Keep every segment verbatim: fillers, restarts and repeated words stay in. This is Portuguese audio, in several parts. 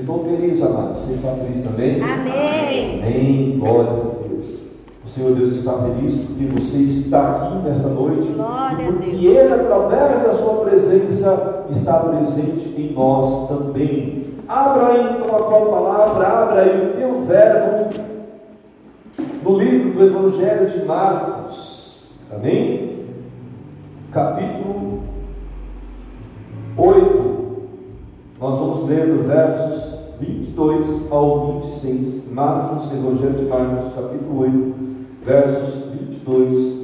Estou feliz, amados. Você está feliz também? Amém. Amém. Glórias a Deus. O Senhor Deus está feliz porque você está aqui nesta noite. Glória e porque a Deus. Ele, através da sua presença, está presente em nós também. Abra aí então a tua palavra, abra aí o teu verbo no livro do Evangelho de Marcos. Amém? Capítulo oito. Nós vamos ler dos versos vinte e dois ao vinte e seis. Marcos, Evangelho de Marcos, capítulo oito, versos vinte e dois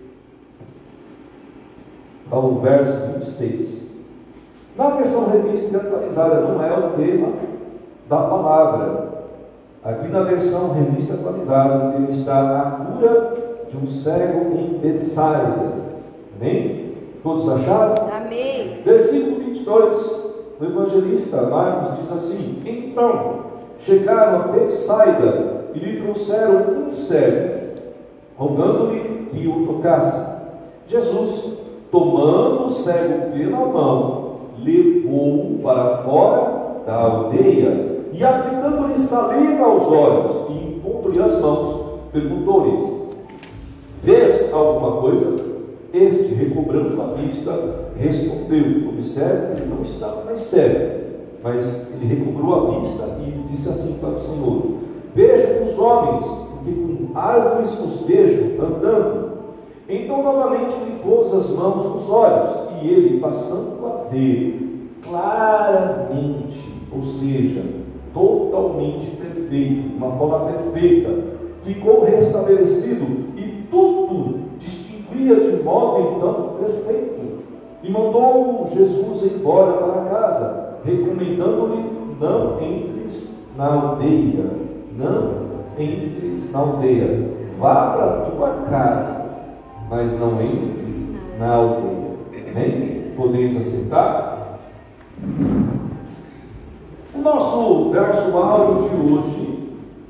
ao verso vinte e seis. Na versão revista e atualizada, não é o tema da palavra. Aqui na versão revista atualizada, o tema está a cura de um cego em Betsaida. Amém? Todos acharam? Amém. Versículo vinte e dois, o evangelista Marcos diz assim: então chegaram a Betsaida e lhe trouxeram um cego, rogando-lhe que o tocasse. Jesus, tomando o cego pela mão, levou-o para fora da aldeia e, aplicando-lhe saliva aos olhos e impondo-lhe as mãos, perguntou-lhes: vês alguma coisa? Este, recobrando a vista, respondeu. Observe que ele não estava mais cego, mas ele recobrou a vista e disse assim para o Senhor: vejo os homens, porque com árvores os vejo andando. Então novamente lhe pôs as mãos nos olhos, e ele, passando a ver claramente, ou seja, totalmente perfeito, uma forma perfeita, ficou restabelecido, e tudo distinguia de modo então perfeito. E mandou Jesus embora para casa, recomendando-lhe: não entres na aldeia, não entres na aldeia, vá para a tua casa, mas não entre na aldeia. Amém? Podeis aceitar? O nosso verso áureo de hoje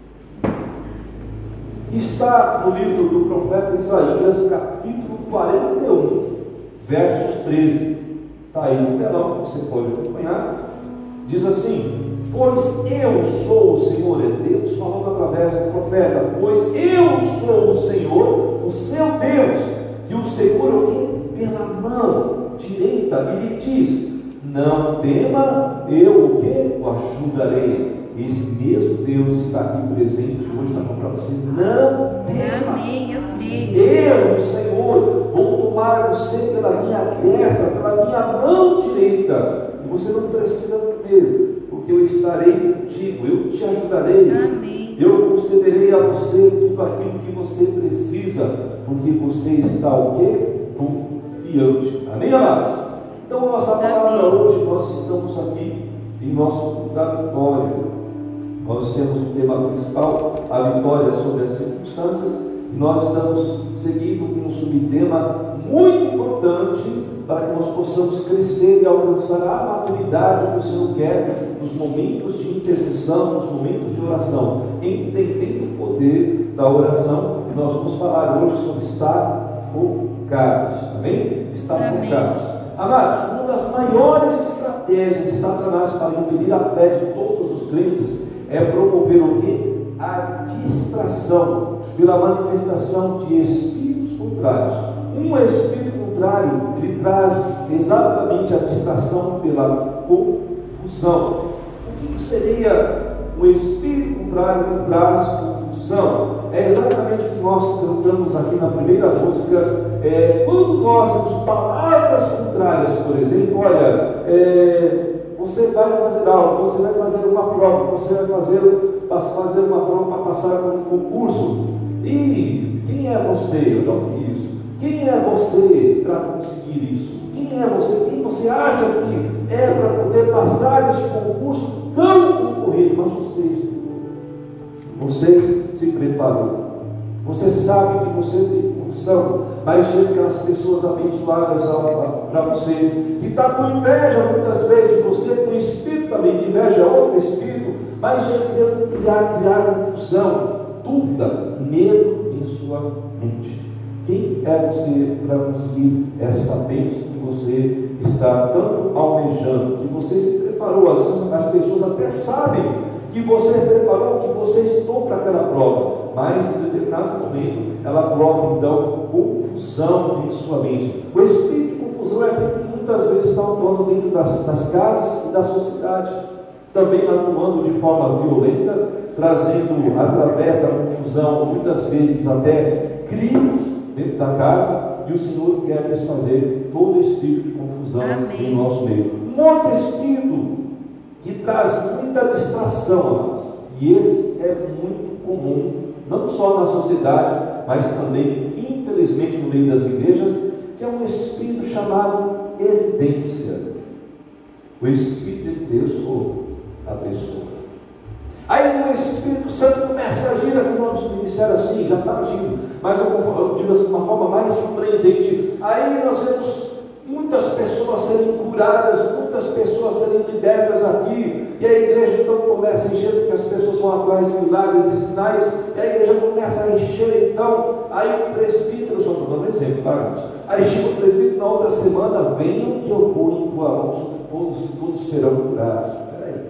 está no livro do profeta Isaías, capítulo quarenta e um, versos treze. Está aí no telão, você pode acompanhar. Diz assim: pois eu sou o Senhor, é Deus falando através do profeta, pois eu sou o Senhor, o seu Deus, que o segura o quê? Pela mão direita, e lhe diz: não tema, eu o que? O ajudarei. Esse mesmo Deus está aqui presente hoje, está para você. Não tema. Amém, eu creio. Eu, o Senhor, vou tomar você pela minha destra, pela minha mão direita. E você não precisa temer, porque eu estarei contigo, eu te ajudarei. Amém. Eu concederei a você tudo aquilo que você precisa, porque você está o quê? Confiante. Amém, amados? Então, nossa palavra Amém. hoje, nós estamos aqui em nosso culto da vitória. Nós temos o tema principal, a vitória sobre as circunstâncias, e nós estamos seguindo com um subtema muito importante para que nós possamos crescer e alcançar a maturidade que o Senhor quer nos momentos de intercessão, nos momentos de oração, entendendo o poder da oração. E nós vamos falar hoje sobre estar focados. Amém? Estar Amém. focados. Amados, uma das maiores estratégias de Satanás para impedir a fé de todos os crentes é promover o que? A distração pela manifestação de espíritos contrários. Um espírito contrário, ele traz exatamente a distração pela confusão. O que, que seria um espírito contrário que traz confusão? É exatamente o que nós cantamos aqui na primeira música. É, quando nós temos palavras contrárias, por exemplo, olha, é, você vai fazer algo, você vai fazer uma prova, você vai fazer, fazer uma prova para passar por um concurso. E quem é você? Eu já ouvi isso. Quem é você para conseguir isso? Quem é você? Quem você acha que é para poder passar esse concurso tão concorrido? Mas você, você se preparou. Você sabe que você tem condição, mas chega aquelas pessoas abençoadas para você, que está com inveja muitas vezes de você, com espírito também de inveja, outro espírito, mas chega querendo criar, criar confusão, dúvida, medo em sua mente. Quem é você para conseguir essa bênção que você está tanto almejando, que você se preparou. Às vezes as pessoas até sabem que você preparou, que você estudou para aquela prova, mas em determinado momento ela coloca então confusão em sua mente. O espírito de confusão é aquele que muitas vezes está atuando dentro das, das casas e da sociedade, também atuando de forma violenta, trazendo através da confusão, muitas vezes até crimes dentro da casa, e o Senhor quer desfazer todo espírito de confusão Amém. em nosso meio. Um outro espírito que traz muita distração, amados, e esse é muito comum, não só na sociedade, mas também, infelizmente, no meio das igrejas, que é um espírito chamado evidência. O Espírito de Deus sobre a pessoa. Aí o Espírito Santo começa a agir aqui no nosso ministério assim, já está agindo, mas eu, eu digo assim, de uma forma mais surpreendente. Aí nós vemos muitas pessoas serem curadas, muitas pessoas serem libertas aqui, e a igreja então começa a encher, porque as pessoas vão atrás de milagres e sinais, e a igreja começa a encher. Então, aí o presbítero, só estou dando um exemplo, tá? Aí chega o presbítero, na outra semana, venham que eu vou impor a mão sobre todos, todos serão curados. Peraí,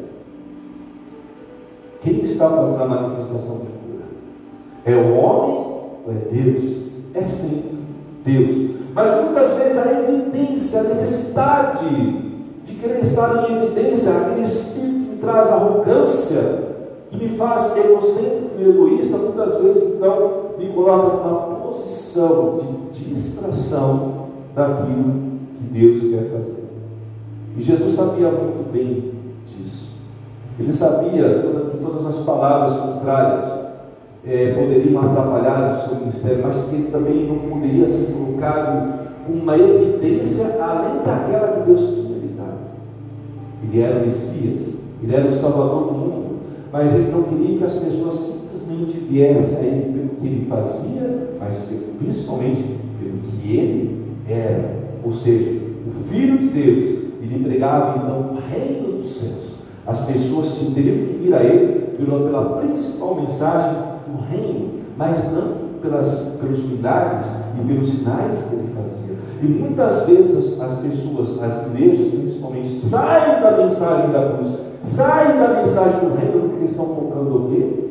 quem está fazendo a manifestação de cura? É o homem ou é Deus? É sim, Deus. Mas muitas vezes a evidência, a necessidade de querer estar em evidência, aquele espírito que traz arrogância, que me faz egocêntrico e egoísta, muitas vezes então me coloca numa posição de distração daquilo que Deus quer fazer. E Jesus sabia muito bem disso. Ele sabia que todas as palavras contrárias É, poderiam atrapalhar o seu ministério, mas que ele também não poderia ser colocado uma evidência além daquela que Deus tinha lhe dado. Ele era o Messias, ele era o Salvador do mundo, mas ele não queria que as pessoas simplesmente viessem a ele pelo que ele fazia, mas principalmente pelo que ele era, ou seja, o Filho de Deus. Ele pregava então o reino dos céus. As pessoas teriam que vir a ele pela, pela principal mensagem do reino, mas não pelas, pelos milagres e pelos sinais que ele fazia. E muitas vezes as pessoas, as igrejas principalmente, saem da mensagem da cruz, saem da mensagem do reino, porque estão focando o quê?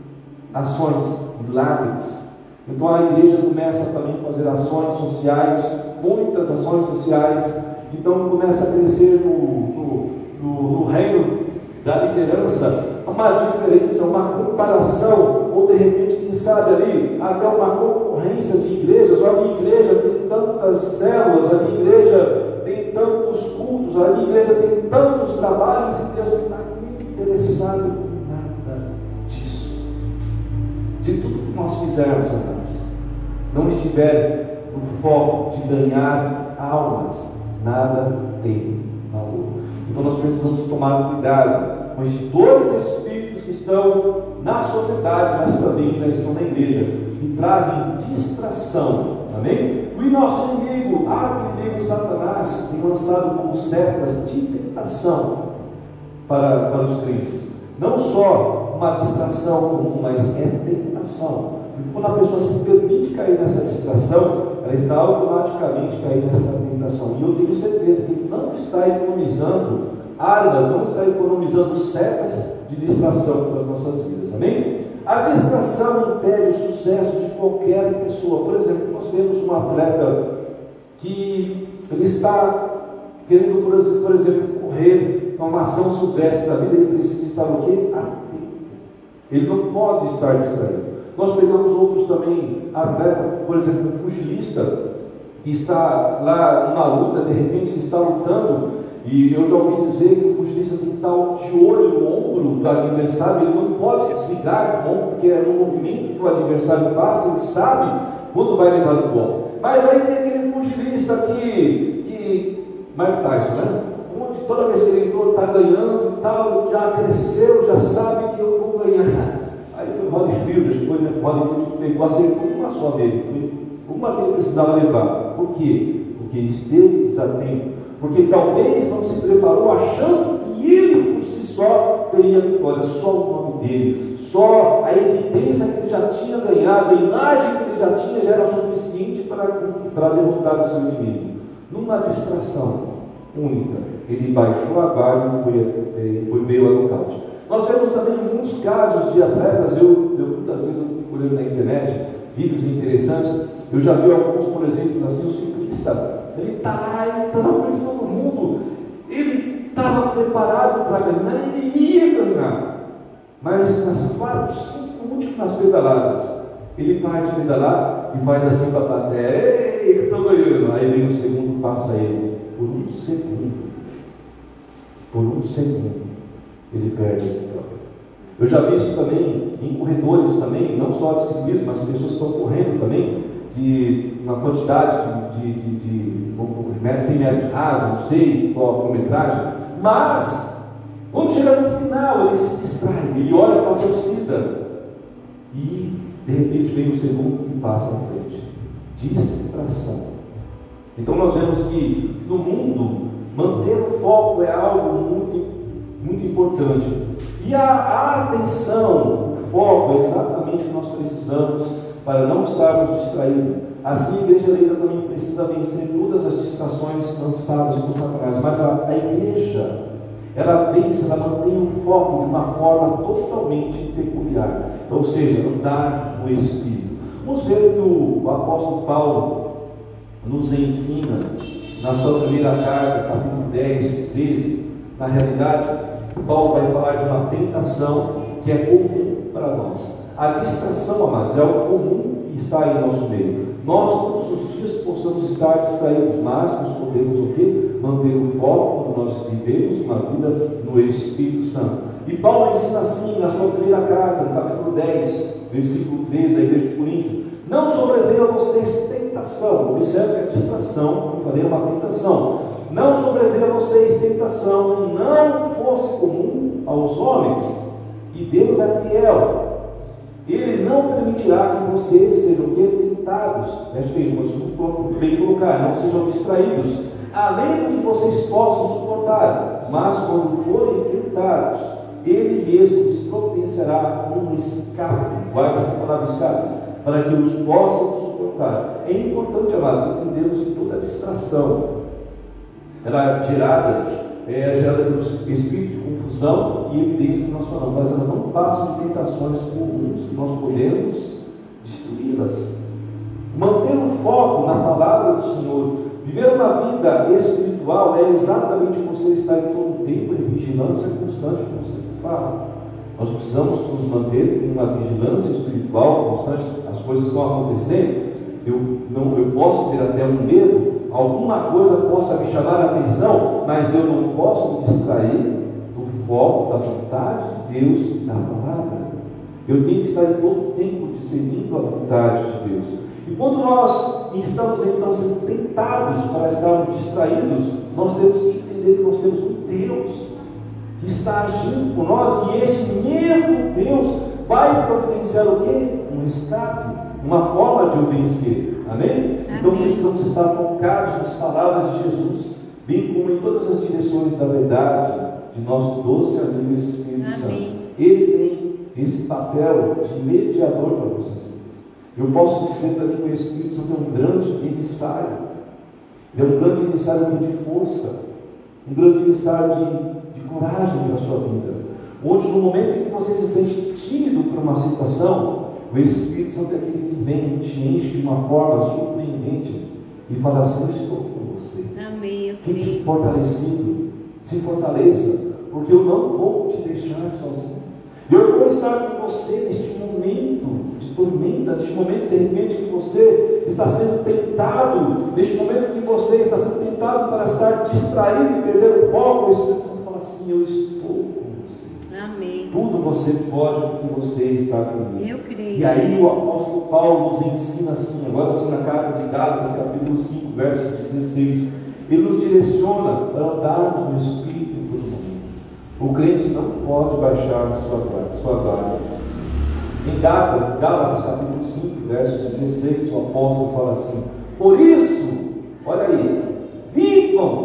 Ações, milagres. Então a igreja começa também a fazer ações sociais, muitas ações sociais. Então começa a crescer no, no, no, no reino da liderança uma diferença, uma comparação, ou de repente, quem sabe ali, até uma concorrência de igrejas. Olha, a minha igreja tem tantas células, a minha igreja tem tantos cultos, a minha igreja tem tantos trabalhos, e Deus não está muito interessado em nada disso. Se tudo que nós fizermos, amados, não estiver no foco de ganhar almas, nada tem valor. Então nós precisamos tomar cuidado com esses dois espíritos que estão na sociedade, mas também já estão na igreja, que trazem distração. Amém? E o nosso inimigo, arqui-inimigo Satanás, tem lançado como setas de tentação para, para os crentes. Não só uma distração comum, mas é tentação. Porque quando a pessoa se permite cair nessa distração, ela está automaticamente caindo nessa tentação. E eu tenho certeza que ele não está economizando armas, não está economizando setas de distração para as nossas vidas. Amém? A distração impede o sucesso de qualquer pessoa. Por exemplo, nós vemos um atleta que ele está querendo, por exemplo, correr uma ação silvestre da vida, ele precisa estar o quê? Atento. Ele não pode estar distraído. Nós pegamos outros também, atleta, por exemplo, um fugilista que está lá numa luta, de repente ele está lutando, e eu já ouvi dizer que o fugilista tem que estar de olho no ombro do adversário. Ele não pode se desligar do ombro, porque é um movimento que o adversário faz, ele sabe quando vai levar o golpe. Mas aí tem aquele fugilista que, que Mike Tyson, né? Onde toda vez que ele entrou, está ganhando e tal, já cresceu, já sabe que eu vou ganhar. Aí foi o Holyfield, acho que foi o Holyfield que pegou, acertou uma só dele, foi uma que ele precisava levar. Por quê? Porque esteve desatento. Porque talvez não se preparou achando que ele por si só teria vitória, só o nome dele, só a evidência que ele já tinha ganhado, a imagem que ele já tinha já era suficiente para, para derrotar o seu inimigo. numa distração única, ele baixou a guarda e foi, foi, veio ao nocaute. Nós vemos também muitos casos de atletas, eu, eu muitas vezes eu fico olhando na internet, vídeos interessantes, eu já vi alguns, por exemplo, assim, o ciclista, ele está lá, ele está na frente de todo mundo, ele estava preparado para ganhar, ele ia ganhar, mas nas quatro, cinco últimas pedaladas, ele para de pedalar e faz assim para a plateia, ei, estou ganhando, aí vem o segundo, passa ele, por um segundo, por um segundo, ele perde a vitória. Eu já vi isso também em corredores também, não só de ciclismo, mas pessoas que estão correndo também, de uma quantidade de, de, de, de cem metros rasos, não sei qual a quilometragem, mas quando chega no final, ele se distrai, ele olha para a torcida e de repente vem o segundo e passa à frente. Distração. Então nós vemos que no mundo manter o foco é algo muito, muito importante. E a, a atenção, o foco é exatamente o que nós precisamos para não estarmos distraídos. Assim a igreja eleita também precisa vencer todas as distrações lançadas por Satanás. Mas a, a igreja, ela vence, ela mantém o foco de uma forma totalmente peculiar. Ou seja, andar no Espírito. Vamos ver o que o, o apóstolo Paulo nos ensina na sua primeira carta, capítulo dez, treze. Na realidade, Paulo vai falar de uma tentação que é comum para nós. A distração, amados, é algo comum que está em nosso meio. Nós, todos os dias, possamos estar distraídos, mas nós podemos o quê? Manter o foco quando nós vivemos uma vida no Espírito Santo. E Paulo ensina assim, na sua primeira carta, no capítulo dez, versículo treze, da igreja de Corinto: não sobreveio a vocês tentação. Observe que a distração, como eu falei, é uma tentação. Não sobreveio a vocês tentação, não fosse comum aos homens. E Deus é fiel. Ele não permitirá que vocês sejam tentados. Preste bem, vamos bem colocar, não sejam distraídos, além do que vocês possam suportar. Mas quando forem tentados, Ele mesmo lhes providenciará um escape. Guarda essa palavra escape, para que os possam suportar. É importante, amados, entendermos que toda distração ela é gerada, é gerada pelo espírito de confusão e evidência que nós falamos, mas elas não passam de tentações comuns que nós podemos destruí-las. Manter o foco na palavra do Senhor, viver uma vida espiritual, é exatamente você estar em todo o tempo em vigilância constante, como você fala. Nós precisamos nos manter em uma vigilância espiritual constante. As coisas estão acontecendo, eu, não, eu posso ter até um medo, alguma coisa possa me chamar a atenção, mas eu não posso me distrair do foco da vontade de Deus na palavra. Eu tenho que estar em todo o tempo discernindo a vontade de Deus. E quando nós estamos então sendo tentados para estarmos distraídos, nós temos que entender que nós temos um Deus que está agindo por nós, e este mesmo Deus vai providenciar o quê? Um escape, uma forma de o vencer. Amém? Amém? Então precisamos estar focados nas palavras de Jesus, bem como em todas as direções da verdade de nosso doce amigo Espírito Amém. Santo. Ele tem esse papel de mediador para vocês vidas. Eu posso dizer também que o Espírito Santo é um grande emissário. Ele é um grande emissário de força, um grande emissário de, de coragem para a sua vida. Onde no momento em que você se sente tímido para uma situação, o Espírito Santo é aquele que vem e te enche de uma forma surpreendente e fala assim: eu estou com você. Amém. Eu Fique fortalecido, se fortaleça, porque eu não vou te deixar sozinho. Eu vou estar com você neste momento de tormenta, neste momento de repente que você está sendo tentado, neste momento que você está sendo tentado para estar distraído e perder o foco. O Espírito Santo fala assim: eu estou com você. Amém. Tudo você pode porque você está comigo. Eu creio. E aí o apóstolo Paulo nos ensina assim, agora assim na carta de Gálatas, capítulo cinco, verso dezesseis, ele nos direciona para andarmos no Espírito em todo momento. O crente não pode baixar sua guarda. Sua guarda. Em Gálatas, Gálatas, capítulo cinco, verso dezesseis, o apóstolo fala assim: por isso, olha aí, vivam,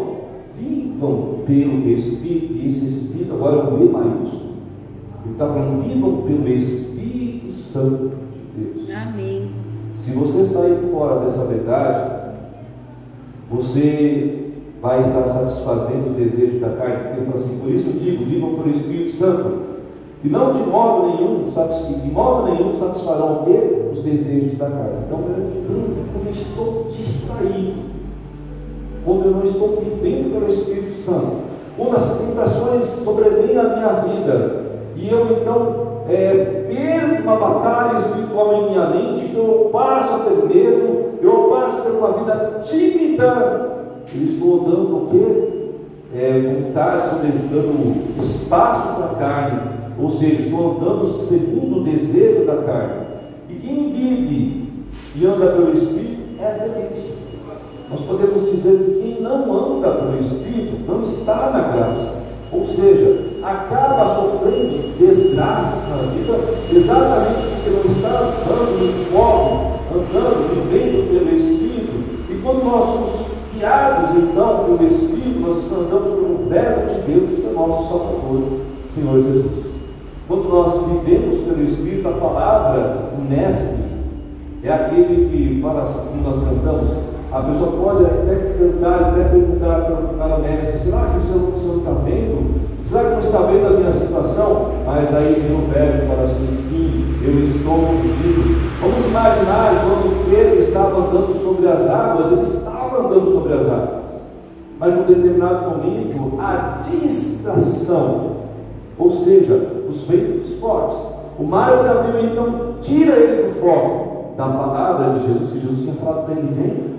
vivam pelo Espírito, e esse Espírito agora é um E maiúsculo. Ele está falando: vivam pelo Espírito Santo de Deus. Amém. Se você sair fora dessa verdade, você vai estar satisfazendo os desejos da carne. Porque ele fala assim: por isso digo, vivam pelo Espírito Santo, e não de modo nenhum, de modo nenhum satisfarão o quê? Os desejos da carne. Então, quando eu estou distraído, quando eu não estou vivendo pelo Espírito Santo, quando as tentações sobrevêm à minha vida, e eu então é, perco uma batalha espiritual em minha mente, então eu passo a ter medo, eu passo a ter uma vida tímida, eu estou dando o quê? É, vontade, estou dando espaço para a carne, ou seja, estou andando segundo o desejo da carne. E quem vive e anda pelo Espírito é feliz. Nós podemos dizer que quem não anda pelo Espírito não está na graça, ou seja, acaba sofrendo desgraças na vida, exatamente porque não está andando em foco, andando, vivendo pelo Espírito. E quando nós somos guiados então pelo Espírito, nós andamos pelo verbo de Deus, que é nosso Salvador, Senhor Jesus. Quando nós vivemos pelo Espírito, a palavra, o mestre, é aquele que fala assim, como nós cantamos. A pessoa pode até cantar, até perguntar para o mestre: será que o senhor, o senhor não está vendo? Será que não está vendo a minha situação? Mas aí vem o verbo e fala assim: sim, eu estou contigo. Vamos imaginar quando Pedro estava andando sobre as águas, ele estava andando sobre as águas, mas num determinado momento, a distração, ou seja, os ventos fortes, o mar bravio então tira ele do foco da palavra de Jesus, que Jesus tinha falado para ele: vem.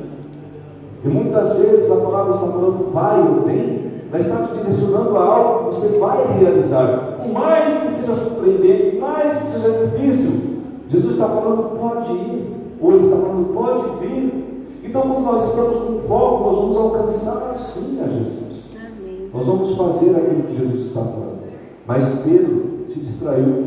E muitas vezes a palavra está falando vai ou vem, mas está te direcionando a algo que você vai realizar, por mais que seja surpreendente, por mais que seja difícil. Jesus está falando pode ir, ou ele está falando pode vir. Então, quando nós estamos com foco, nós vamos alcançar sim a Jesus. Amém. Nós vamos fazer aquilo que Jesus está falando. Mas Pedro se distraiu.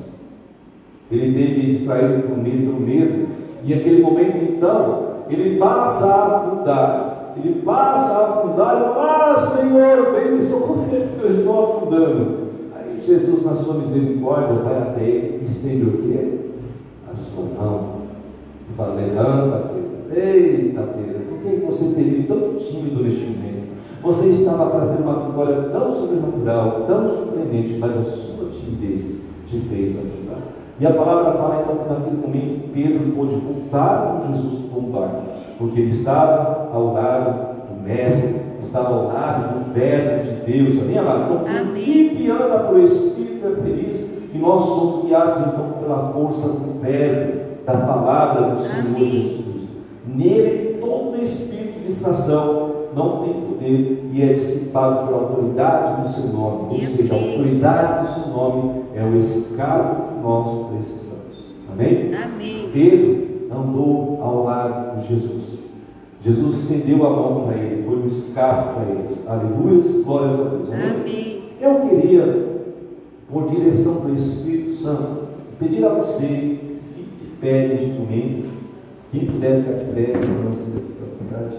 Ele teve distraído por medo, pelo medo. E naquele momento, então, ele passa a afundar. Ele passa a afundar e fala: ah, Senhor, vem me socorrer, porque eu estou afundando. Aí Jesus, na sua misericórdia, vai até ele e estende o quê? A sua mão. E fala: levanta, Pedro. Eita, Pedro, por que você teve tão tímido neste momento? Você estava para ter uma vitória tão sobrenatural, tão surpreendente, mas a sua timidez te fez afundar. E a palavra fala então que naquele momento Pedro pôde voltar com Jesus para o barco, porque ele estava ao lado do Mestre, estava ao lado do Verbo de Deus. Amém? Então, quem vive e anda pelo Espírito é feliz, e nós somos guiados então pela força do Verbo, da palavra do Senhor Amém. Jesus Cristo. Nele todo espírito de distração não tem poder e é dissipado por autoridade do seu nome. Ou seja, a autoridade do seu nome é o escape que nós precisamos. Amém? Amém. Pedro andou ao lado de Jesus. Jesus estendeu a mão para ele, foi um escape para eles. Aleluia, glórias a Deus. Amém? Amém. Eu queria, por direção do Espírito Santo, pedir a você que fique de pé neste momento. Quem puder ficar de pé, não se fica à vontade.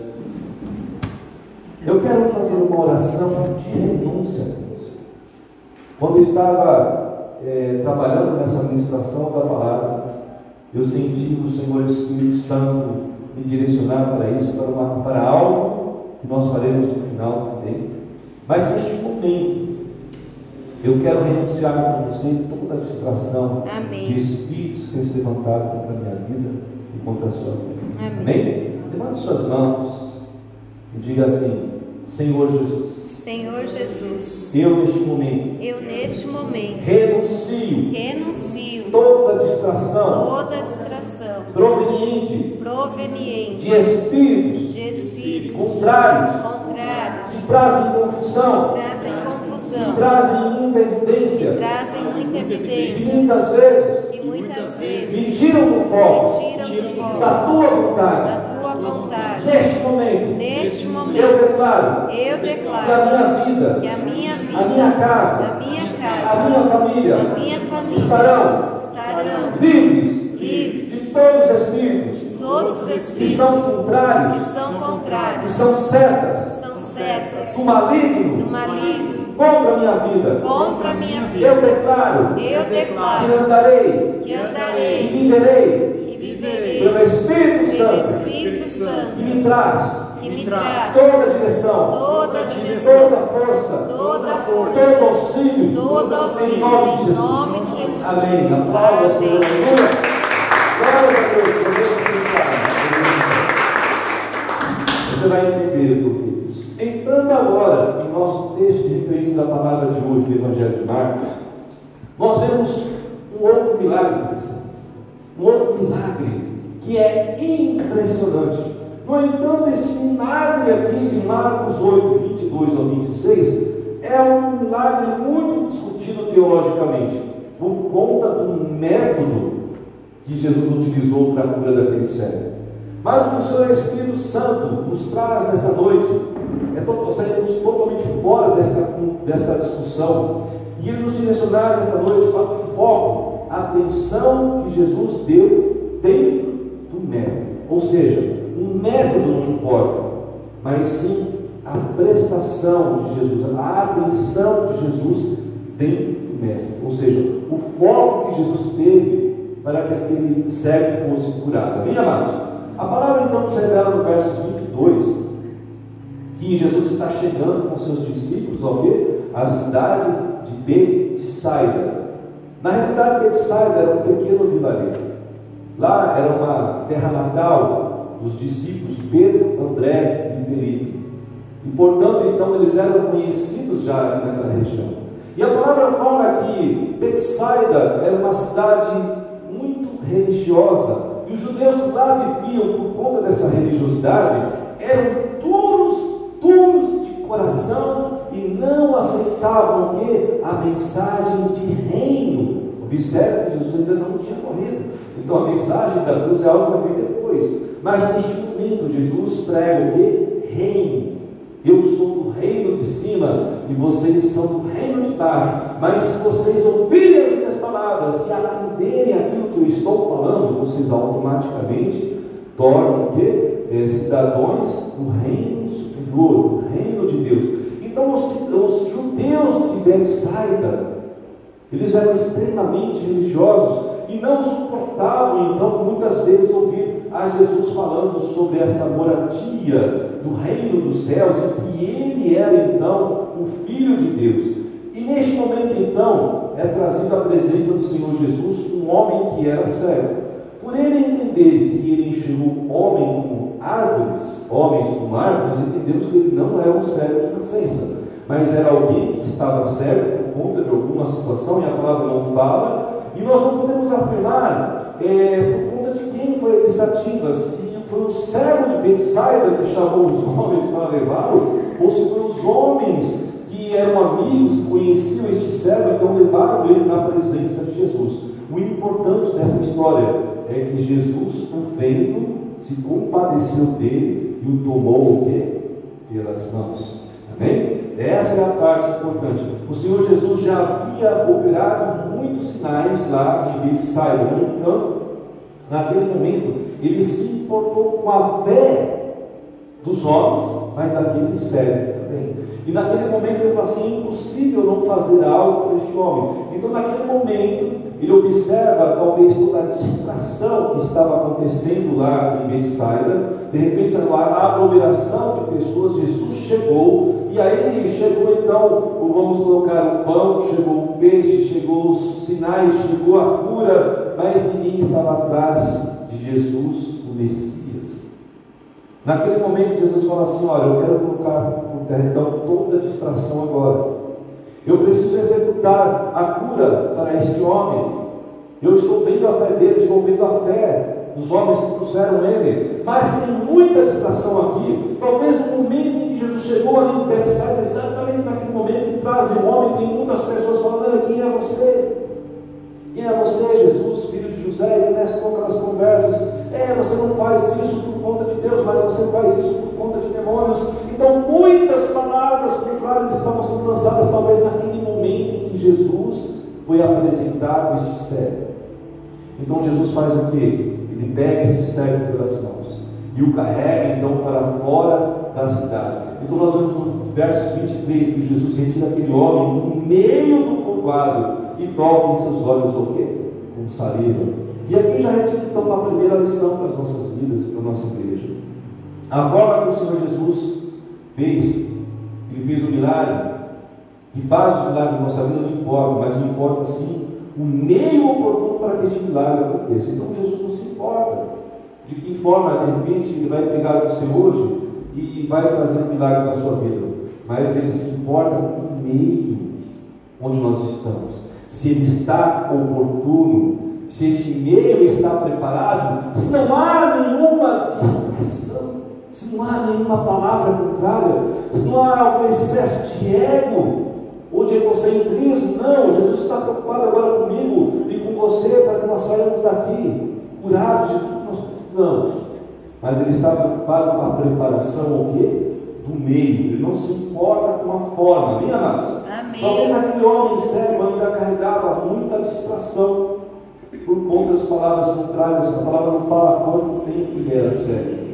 Eu quero fazer uma oração de renúncia com você. Quando eu estava é, trabalhando nessa ministração da palavra, eu senti o Senhor Espírito Santo me direcionar para isso, para, uma, para algo que nós faremos no final também. Mas neste momento, eu quero renunciar com você toda a distração Amém. De espíritos que têm se levantado contra a minha vida e contra a sua vida. Amém? Amém? Levante suas mãos e diga assim: Senhor Jesus, Senhor Jesus, eu neste momento, eu neste momento renuncio, renuncio toda distração, toda distração proveniente, proveniente de espíritos, de espíritos contrários, contrários, que trazem confusão, trazem confusão, que trazem muita evidência, trazem muita e evidência, muitas vezes e muitas vezes me tiram do foco, me tiram do foco da tua vontade. da tua vontade. Neste momento, Neste eu momento, declaro eu que a declaro minha vida, que a minha vida, a minha casa, a minha a casa, minha família, a minha família estarão estarão livres livres de todos os espíritos todos os que espíritos são que contrários, são que contrários, são setas são setas do maligno do maligno contra a minha vida. contra a minha Eu vida. declaro Eu que declaro andarei que e andarei viverei e viverei pelo Espírito pelo Santo Espírito que Santo me traz que me graça, toda direção, toda direção, toda força, toda força, todo auxílio, todo auxílio, em nome de em Jesus. nome de Jesus. Amém. Aplauda, Senhor. Amém. Glória a Deus. Você vai entender por que isso. Entrando agora em nosso texto de referência da palavra de hoje do Evangelho de Marcos, nós vemos um outro milagre, um outro milagre que é impressionante. No entanto, esse milagre aqui de Marcos oito, vinte e dois ao vinte e seis é um milagre muito discutido teologicamente, por conta do método que Jesus utilizou para a cura daquele cego. Mas o que o Senhor Espírito Santo nos traz nesta noite, é to- saímos totalmente fora desta, desta discussão, e Ele nos direcionar nesta noite para o foco, a atenção que Jesus deu dentro do método. Ou seja, um método não importa, mas sim a prestação de Jesus, a atenção de Jesus dentro do método. Ou seja, o foco que Jesus teve para que aquele cego fosse curado. Amém, amados? A palavra então nos revela no verso vinte e dois que Jesus está chegando com seus discípulos ao ver a cidade de Betsaida. Na realidade, Betsaida era um pequeno vilarejo. Lá era uma terra natal dos discípulos Pedro, André e Felipe. E portanto, então, eles eram conhecidos já naquela região. E a palavra fala que Betsaida era uma cidade muito religiosa. E os judeus que lá viviam, por conta dessa religiosidade, eram duros, duros de coração e não aceitavam o quê? A mensagem de reino. Observe que Jesus ainda não tinha morrido. Então a mensagem da cruz é algo que vai vir depois. Mas neste momento Jesus prega o quê? Reino. Eu sou do reino de cima e vocês são do reino de baixo. Mas se vocês ouvirem as minhas palavras e atenderem aquilo que eu estou falando, vocês automaticamente tornam o quê? É, cidadãos do reino superior, do reino de Deus. Então os, os judeus de Betsaida, eles eram extremamente religiosos e não suportavam, então, muitas vezes ouvir a Jesus falando sobre esta moradia do reino dos céus e que ele era, então, o Filho de Deus. E neste momento, então, é trazido à presença do Senhor Jesus um homem que era cego. Por ele entender que ele enxergou homem como árvores, homens como árvores, entendemos que ele não era um cego de nascença, mas era alguém que estava cego por conta de alguma situação, e a palavra não fala, e nós não podemos afirmar é, por conta de quem foi a iniciativa, se foi o cego de Betsaida que chamou os homens para levá-lo, ou se foram os homens que eram amigos, que conheciam este cego, então levaram ele na presença de Jesus. O importante dessa história é que Jesus, o vendo, se compadeceu dele e o tomou o quê? Pelas mãos. Amém? Essa é a parte importante. O Senhor Jesus já havia operado muitos sinais lá em Betsaida. No entanto, naquele momento, ele se importou com a fé dos homens, mas daquele cego também. E naquele momento ele falou assim: é impossível não fazer algo para este homem. Então naquele momento ele observa talvez toda a distração que estava acontecendo lá em Betsaida. De repente a aglomeração de pessoas, Jesus chegou, e aí chegou então, vamos colocar o pão, chegou o peixe, chegou os sinais, chegou a cura, mas ninguém estava atrás de Jesus, o Messias. Naquele momento Jesus fala assim: olha, eu quero colocar por terra então toda a distração agora. Eu preciso executar a cura para este homem. Eu estou vendo a fé dele, estou vendo a fé dos homens que trouxeram ele, mas tem muita distração aqui. Talvez no momento em que Jesus chegou ali em Betsaida, exatamente naquele momento que trazem o homem, tem muitas pessoas falando: quem é você? Quem é você, Jesus, filho de José? E começa com aquelas conversas: é, você não faz isso por conta de Deus, mas você faz isso por conta de demônios. Então muitas palavras contrárias estavam sendo lançadas, talvez naquele momento em que Jesus foi apresentado este cego. Então Jesus faz o quê? Ele pega este cego pelas mãos e o carrega então para fora da cidade. Então nós vemos no versos vinte e três que Jesus retira aquele homem no meio do povoado e toca em seus olhos o quê? Com saliva. E aqui já retira então a primeira lição para as nossas vidas e para a nossa igreja. A forma que o Senhor Jesus fez, Ele fez o milagre, que faz o milagre na nossa vida, não importa, mas importa sim o meio oportuno para que este milagre aconteça. Então Jesus não se importa de que forma, de repente, Ele vai pegar você hoje e vai trazer um milagre na sua vida, mas Ele se importa com o meio onde nós estamos. Se ele está oportuno, se este meio está preparado, se não há nenhuma distração, se não há nenhuma palavra contrária, se não há algum excesso de ego ou de egocentrismo, não, Jesus está preocupado agora comigo e com você para que nós saímos daqui curados de tudo que nós precisamos. Mas ele está preocupado com a preparação o quê? Do meio. Ele não se importa com a forma. Amém, amados? Amém. Talvez aquele homem cego ainda carregava muita distração por conta das palavras contrárias. A palavra não fala quanto tempo ele era cego.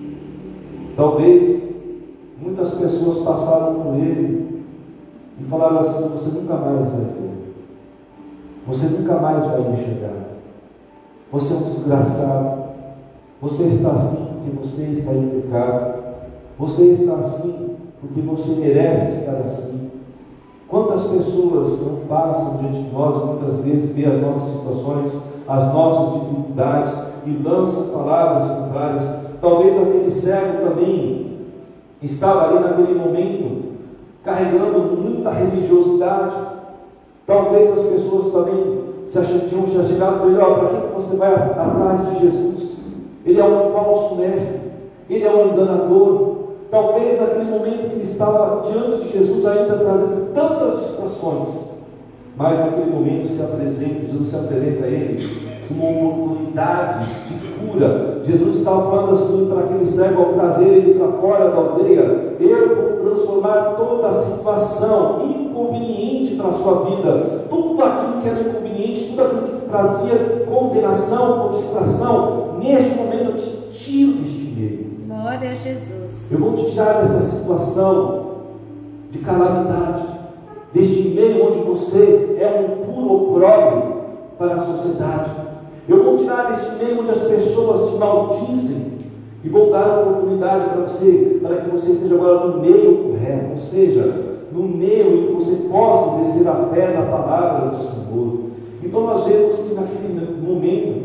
Talvez muitas pessoas passaram por ele e falaram assim: você nunca mais vai ver, você nunca mais vai enxergar, você é um desgraçado, você está assim porque você está em pecado, você está assim porque você merece estar assim. Quantas pessoas não passam diante de nós, muitas vezes vê as nossas situações, as nossas dificuldades e lançam palavras contrárias. Talvez aquele cego também estava ali naquele momento carregando muita religiosidade. Talvez as pessoas também se ach- tinham chegado para ele: ó, para que você vai atrás de Jesus? Ele é um falso mestre, ele é um enganador. Talvez naquele momento que ele estava diante de Jesus ainda trazendo tantas distrações, mas naquele momento se apresenta, Jesus se apresenta a ele uma oportunidade de cura. Jesus estava falando assim para aquele cego ao trazer ele para fora da aldeia: eu vou transformar toda a situação inconveniente para a sua vida, tudo aquilo que era inconveniente, tudo aquilo que te trazia condenação ou distração, neste momento eu te tiro deste meio. Glória a Jesus. Eu vou te tirar dessa situação de calamidade, deste meio onde você é um puro opróbrio para a sociedade. Eu vou tirar deste meio onde as pessoas te maldizem e vou dar a oportunidade para você, para que você esteja agora no meio correto, ou seja, no meio em que você possa exercer a fé na palavra do Senhor. Então nós vemos que naquele momento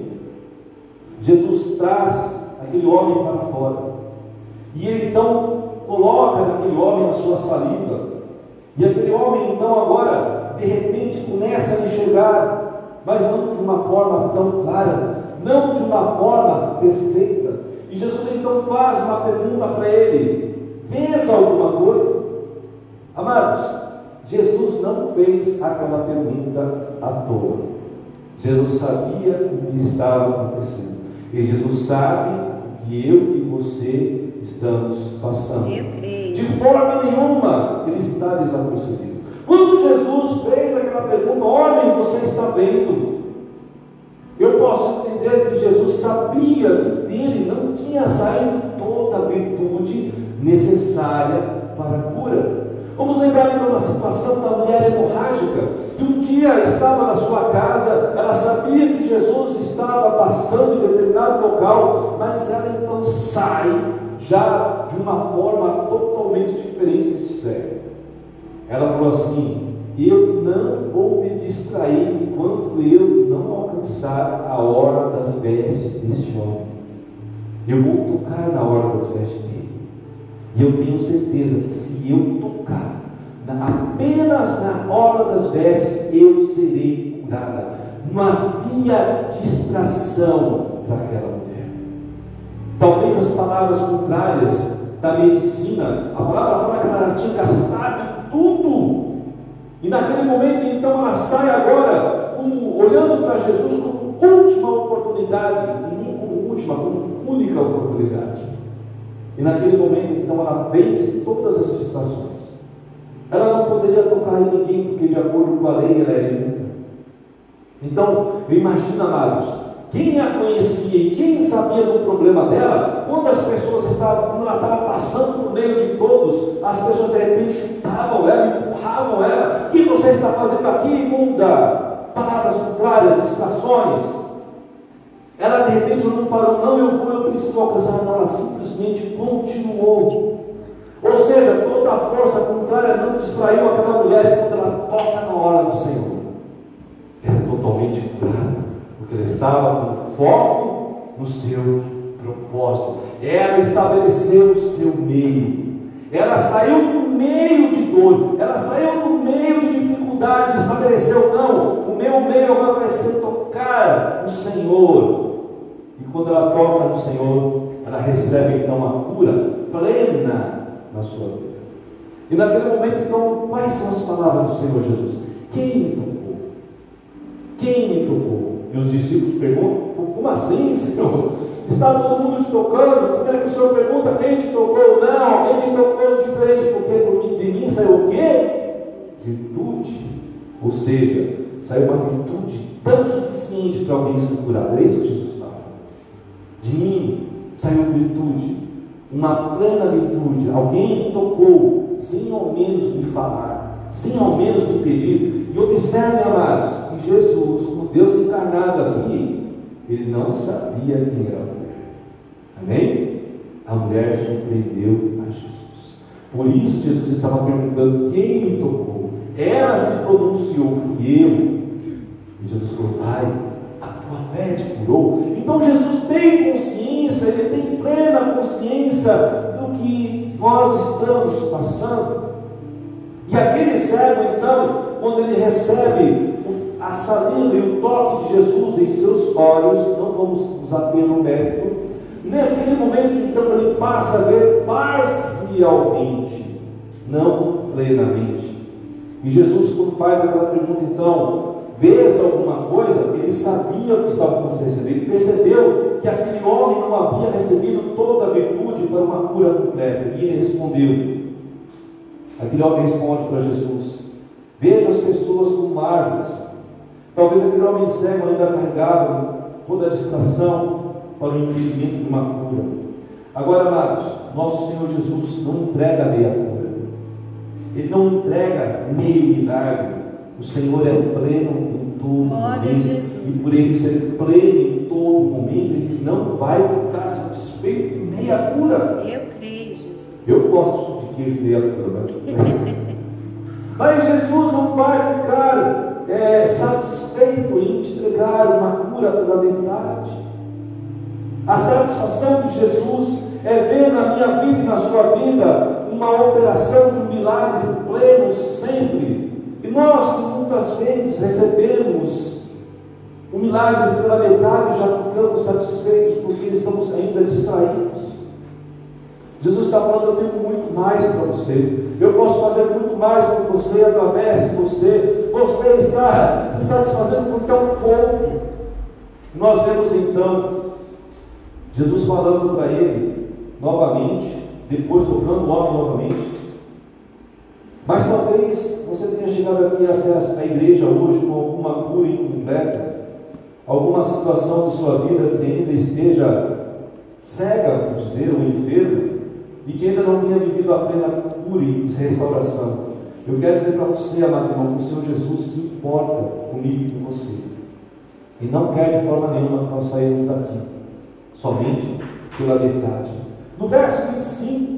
Jesus traz aquele homem para fora. E ele então coloca naquele homem a sua saliva. E aquele homem então agora, de repente, começa a enxergar, mas não de uma forma tão clara, não de uma forma perfeita. E Jesus então faz uma pergunta para ele: vês alguma coisa? Amados, Jesus não fez aquela pergunta à toa. Jesus sabia o que estava acontecendo. E Jesus sabe que eu e você estamos passando. Eu creio. De forma nenhuma ele está desapercebido. Quando Jesus fez aquela pergunta: homem, você está vendo? Eu posso entender que Jesus sabia que dele não tinha saído toda a virtude necessária para a cura. Vamos lembrar então da situação da mulher hemorrágica, que um dia estava na sua casa, ela sabia que Jesus estava passando em determinado local, mas ela então sai já de uma forma totalmente diferente deste cego. Ela falou assim: eu não vou me distrair enquanto eu não alcançar a hora das vestes deste homem. Eu vou tocar na hora das vestes dele, e eu tenho certeza que se eu tocar na, apenas na hora das vestes, eu serei curada. Não havia distração para aquela mulher. Talvez as palavras contrárias da medicina, a palavra fala que ela tinha gastado tudo, e naquele momento então ela sai agora como, olhando para Jesus como última oportunidade, não como última, como única oportunidade. E naquele momento então ela vence todas as distrações. Ela não poderia tocar em ninguém, porque de acordo com a lei ela era imunda. Então, eu imagino, amados, quem a conhecia e quem sabia do problema dela, quando as pessoas estavam, quando ela estava passando por meio de todos, as pessoas de repente chutavam ela, empurravam ela: o que você está fazendo aqui, imunda? Palavras contrárias, distrações. Ela de repente não parou, não, eu vou, eu preciso alcançar, não, ela simplesmente continuou. Ou seja, toda a força contrária não distraiu aquela mulher, e quando ela toca na hora do Senhor, ela é totalmente curada, porque ela estava com foco no seu propósito. Ela estabeleceu o seu meio. Ela saiu do meio de dor, ela saiu do meio de dificuldade, estabeleceu, não, o meu meio agora vai ser tocar no Senhor. E quando ela toca no Senhor, ela recebe então a cura plena na sua vida. E naquele momento, então, quais são as palavras do Senhor Jesus? Quem me tocou? Quem me tocou? E os discípulos perguntam, como assim, Senhor? Está todo mundo te tocando? Por que o Senhor pergunta quem te tocou? Não, alguém me tocou diferente, porque por mim, de mim saiu o quê? Virtude. Ou seja, saiu uma virtude tão suficiente para alguém ser curado. É isso que Jesus está falando. De mim saiu virtude, uma plena virtude. Alguém me tocou, sem ao menos me falar, sem ao menos me pedir. E observem, amados, que Jesus, o Deus encarnado aqui, ele não sabia quem era a mulher. Amém? A mulher surpreendeu a Jesus. Por isso Jesus estava perguntando quem me tocou. Ela se pronunciou, fui eu. E Jesus falou, vai, a tua fé te curou. Então Jesus tem consciência, ele tem plena consciência do que nós estamos passando. E aquele servo, então, quando ele recebe a saliva e o toque de Jesus em seus olhos, não vamos nos ater no mérito, naquele momento, então, ele passa a ver parcialmente, não plenamente. E Jesus, quando faz aquela pergunta, então, vê-se alguma coisa, ele sabia o que estava acontecendo, ele percebeu que aquele homem não havia recebido toda a virtude para uma cura completa, e ele respondeu. Aquele homem responde para Jesus, veja as pessoas como árvores. Talvez aquele homem cego ainda carregava toda a distração para o impedimento de uma cura. Agora, amados, nosso Senhor Jesus não entrega meia cura, ele não entrega meio milagre. O Senhor é pleno em todo Glória momento, Jesus. e por ele ser pleno em todo momento, ele não vai ficar satisfeito com meia cura. Eu creio, Jesus. Eu gosto de queijo meia cura, mas, mas Jesus não vai ficar é, satisfeito em te entregar uma cura pela metade. A satisfação de Jesus é ver na minha vida e na sua vida uma operação de um milagre pleno sempre. E nós que muitas vezes recebemos um milagre pela metade, já ficamos satisfeitos porque estamos ainda distraídos. Jesus está falando, eu tenho muito mais para você, eu posso fazer muito mais por você, através de você, você está se satisfazendo por tão pouco. Nós vemos então, Jesus falando para ele, novamente, depois tocando o homem novamente, mas talvez você tenha chegado aqui até a igreja hoje com alguma cura incompleta, alguma situação de sua vida que ainda esteja cega, por dizer, ou enfermo, e que ainda não tenha vivido a plena cura e restauração. Eu quero dizer para você, amado irmão, que o Senhor Jesus se importa comigo e com você, e não quer de forma nenhuma que nós saímos daqui somente pela metade. No verso vinte e cinco,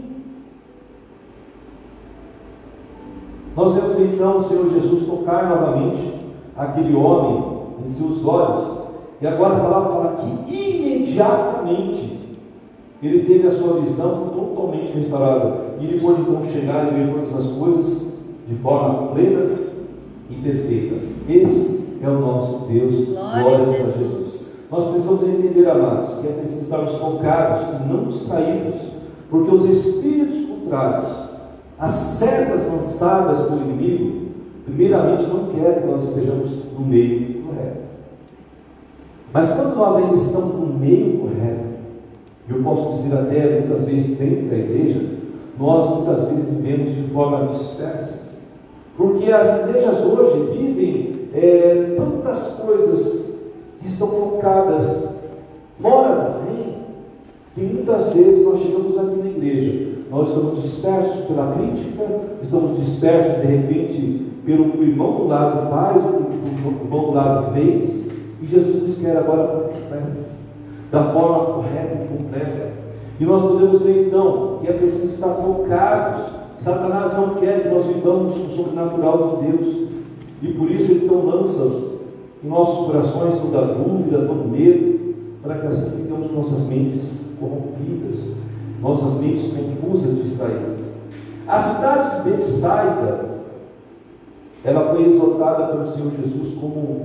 nós vemos então o Senhor Jesus tocar novamente aquele homem em seus olhos, e agora a palavra fala que imediatamente ele teve a sua visão totalmente restaurada, e ele pôde então chegar e ver todas as coisas de forma plena e perfeita. Esse é o nosso Deus. Glória a Jesus. Jesus. Nós precisamos entender, amados, que é preciso estarmos focados e não distraídos, porque os espíritos contrários, as setas lançadas pelo inimigo, primeiramente não querem que nós estejamos no meio correto. Mas quando nós ainda estamos no meio correto, eu posso dizer até muitas vezes dentro da igreja, nós muitas vezes vivemos de forma dispersa, porque as igrejas hoje vivem é, tantas coisas que estão focadas fora do reino, que muitas vezes nós chegamos aqui na igreja, nós estamos dispersos pela crítica, estamos dispersos de repente pelo que o irmão do lado faz, o que o irmão do lado fez, e Jesus nos quer agora para perto. da forma correta e completa. E nós podemos ver então que é preciso estar focados. Satanás não quer que nós vivamos o sobrenatural de Deus, e por isso ele então lança em nossos corações toda dúvida, todo medo, para que assim ficamos com nossas mentes corrompidas, nossas mentes confusas, distraídas. A cidade de Betsaida, ela foi exaltada pelo Senhor Jesus como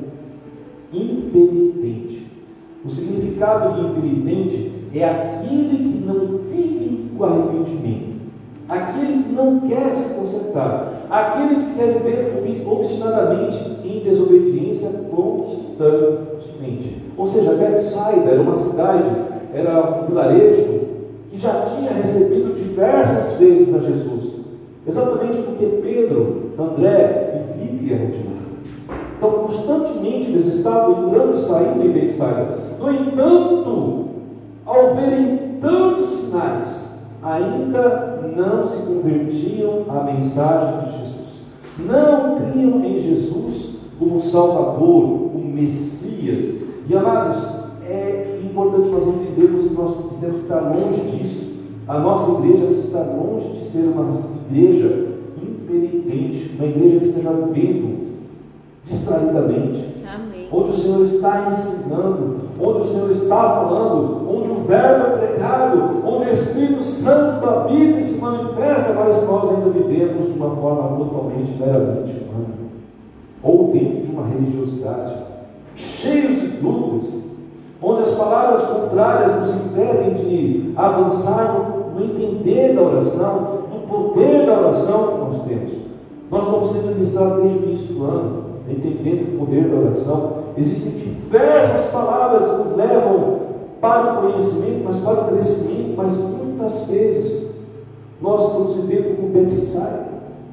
impenitente. O significado de impenitente é aquele que não vive o arrependimento, aquele que não quer se consertar, aquele que quer viver obstinadamente em desobediência constantemente. Ou seja, Betsaida era uma cidade, era um vilarejo que já tinha recebido diversas vezes a Jesus, exatamente porque Pedro, André e Filipe eram de lá. Então, constantemente eles estavam entrando e saindo em Betsaida. No entanto, ao verem tantos sinais, ainda não se convertiam à mensagem de Jesus. Não criam em Jesus como Salvador, como Messias. E amados, é importante nós entendermos que nós temos que estar longe disso. A nossa igreja precisa estar longe de ser uma igreja impenitente, uma igreja que esteja vivendo distraidamente. Amém. Onde o Senhor está ensinando, onde o Senhor está falando, onde o verbo é pregado, onde o Espírito Santo habita e se manifesta, mas nós ainda vivemos de uma forma totalmente, meramente humana, ou dentro de uma religiosidade, cheios de dúvidas, onde as palavras contrárias nos impedem de avançar no, no entender da oração, no poder da oração que nós temos. Nós estamos sendo ministrados desde o início do ano, entendendo o poder da oração. Existem diversas palavras que nos levam para o conhecimento, mas para o crescimento, mas muitas vezes nós estamos vivendo como Betsaida.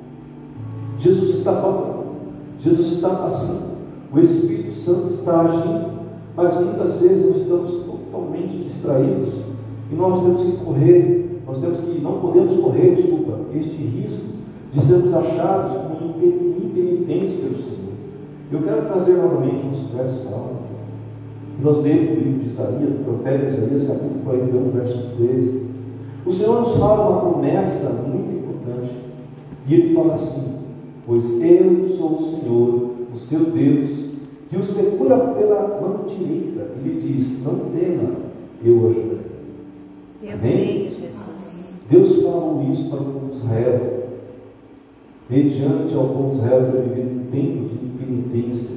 Jesus está falando, Jesus está passando, o Espírito Santo está agindo, mas muitas vezes nós estamos totalmente distraídos e nós temos que correr, nós temos que, não podemos correr, desculpa, este risco de sermos achados como impenitentes pelo Senhor. Eu quero trazer novamente uns versos para aula. Nós lemos o livro de Isaías, do profeta Isaías, capítulo quarenta e um, verso treze. O Senhor nos fala uma promessa muito importante, e Ele fala assim: pois eu sou o Senhor, o seu Deus, que o segura pela mão direita. Ele diz: não tema, eu ajudarei. Eu Amém? creio, Jesus. Deus falou isso para o povo de Israel, mediante ao povo de Israel ter vivido um tempo de impenitência,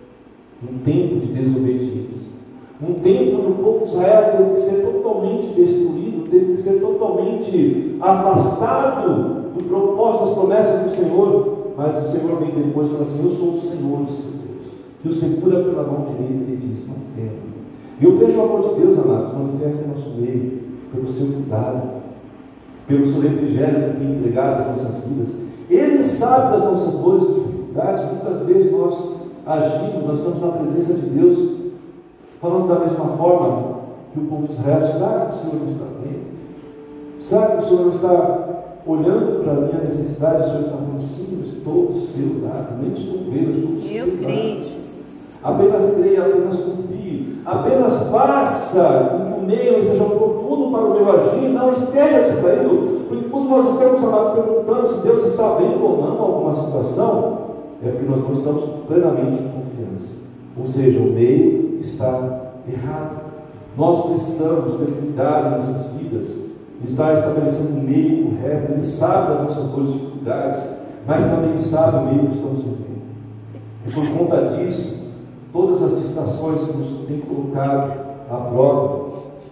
um tempo de desobediência, um tempo onde o povo de Israel teve que ser totalmente destruído, teve que ser totalmente afastado do propósito das promessas do Senhor. Mas o Senhor vem depois e fala assim: eu sou o Senhor, o seu Deus, que o segura pela mão direita. Ele diz: não tema. E eu vejo o amor de Deus, amados, manifesta em nosso meio, pelo seu cuidado, pelo seu refrigério que tem entregado às nossas vidas. Ele sabe das nossas dores e dificuldades. Muitas vezes nós agimos, nós estamos na presença de Deus, falando da mesma forma que o povo de Israel. Será que o Senhor não está vendo? Será que o Senhor não está olhando para a minha necessidade? O Senhor está falando: sim, eu estou do seu lado, nem estou vendo, eu estou do seu lado. Eu creio, Jesus. Apenas creia, apenas confie, apenas faça com que o meio esteja oportuno para o meu agir, não esteja distraído. Porque quando nós estamos, amados, perguntando se Deus está vendo ou não alguma situação, é porque nós não estamos plenamente em confiança. Ou seja, o meio está errado. Nós precisamos ter cuidado em nossas vidas, estar estabelecendo um meio correto. Ele sabe das nossas dores e dificuldades, mas também sabe o meio que estamos vivendo. E por conta disso, todas as distrações que nos têm colocado à prova,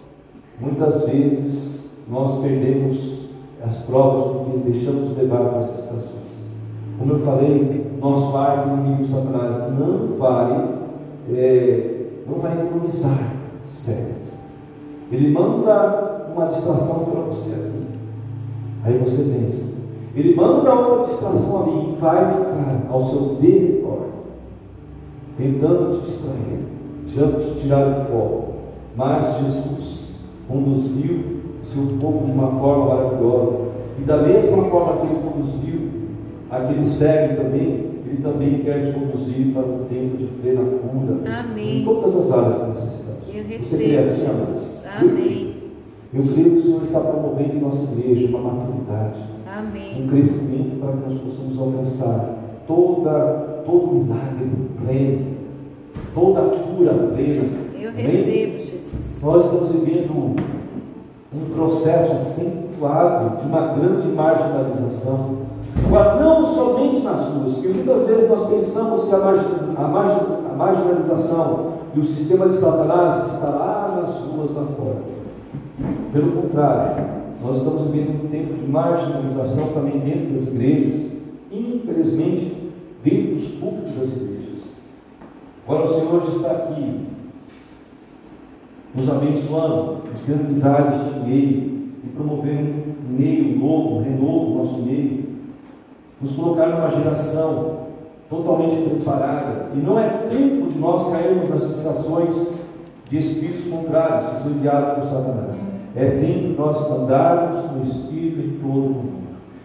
muitas vezes nós perdemos as provas porque deixamos levar para as distrações. Como eu falei, nosso pai, o inimigo Satanás, não vai, é, não vai economizar cegas. Ele manda uma distração para você aqui, aí você vence. Ele manda outra distração ali e vai ficar ao seu derredor, tentando te distrair, tentando te tirar do foco. Mas Jesus conduziu o seu povo de uma forma maravilhosa, e da mesma forma que Ele conduziu aquele cego também, Ele também quer te conduzir para um tempo de plena cura. Amém. Em todas as áreas que necessitamos. Eu Você crê recebo, assim, amados? Jesus. Amém. Eu creio que o Senhor está promovendo em nossa igreja uma maturidade, um Amém. crescimento para que nós possamos alcançar toda, todo milagre pleno, toda cura plena. Eu Amém? recebo, Jesus. Nós estamos vivendo um processo acentuado de uma grande marginalização. Agora, não somente nas ruas, porque muitas vezes nós pensamos que a, margin, a, margin, a marginalização e o sistema de Satanás está lá nas ruas lá fora. Pelo contrário, nós estamos vivendo um tempo de marginalização também dentro das igrejas, infelizmente, dentro dos púlpitos das igrejas. Agora o Senhor já está aqui, nos abençoando, nos querendo livrar deste meio e promover um meio novo, um renovo no nosso meio, nos colocar numa geração totalmente preparada. E não é tempo de nós cairmos nas distrações de espíritos contrários que são enviados por Satanás. É tempo de nós andarmos no Espírito em todo o mundo.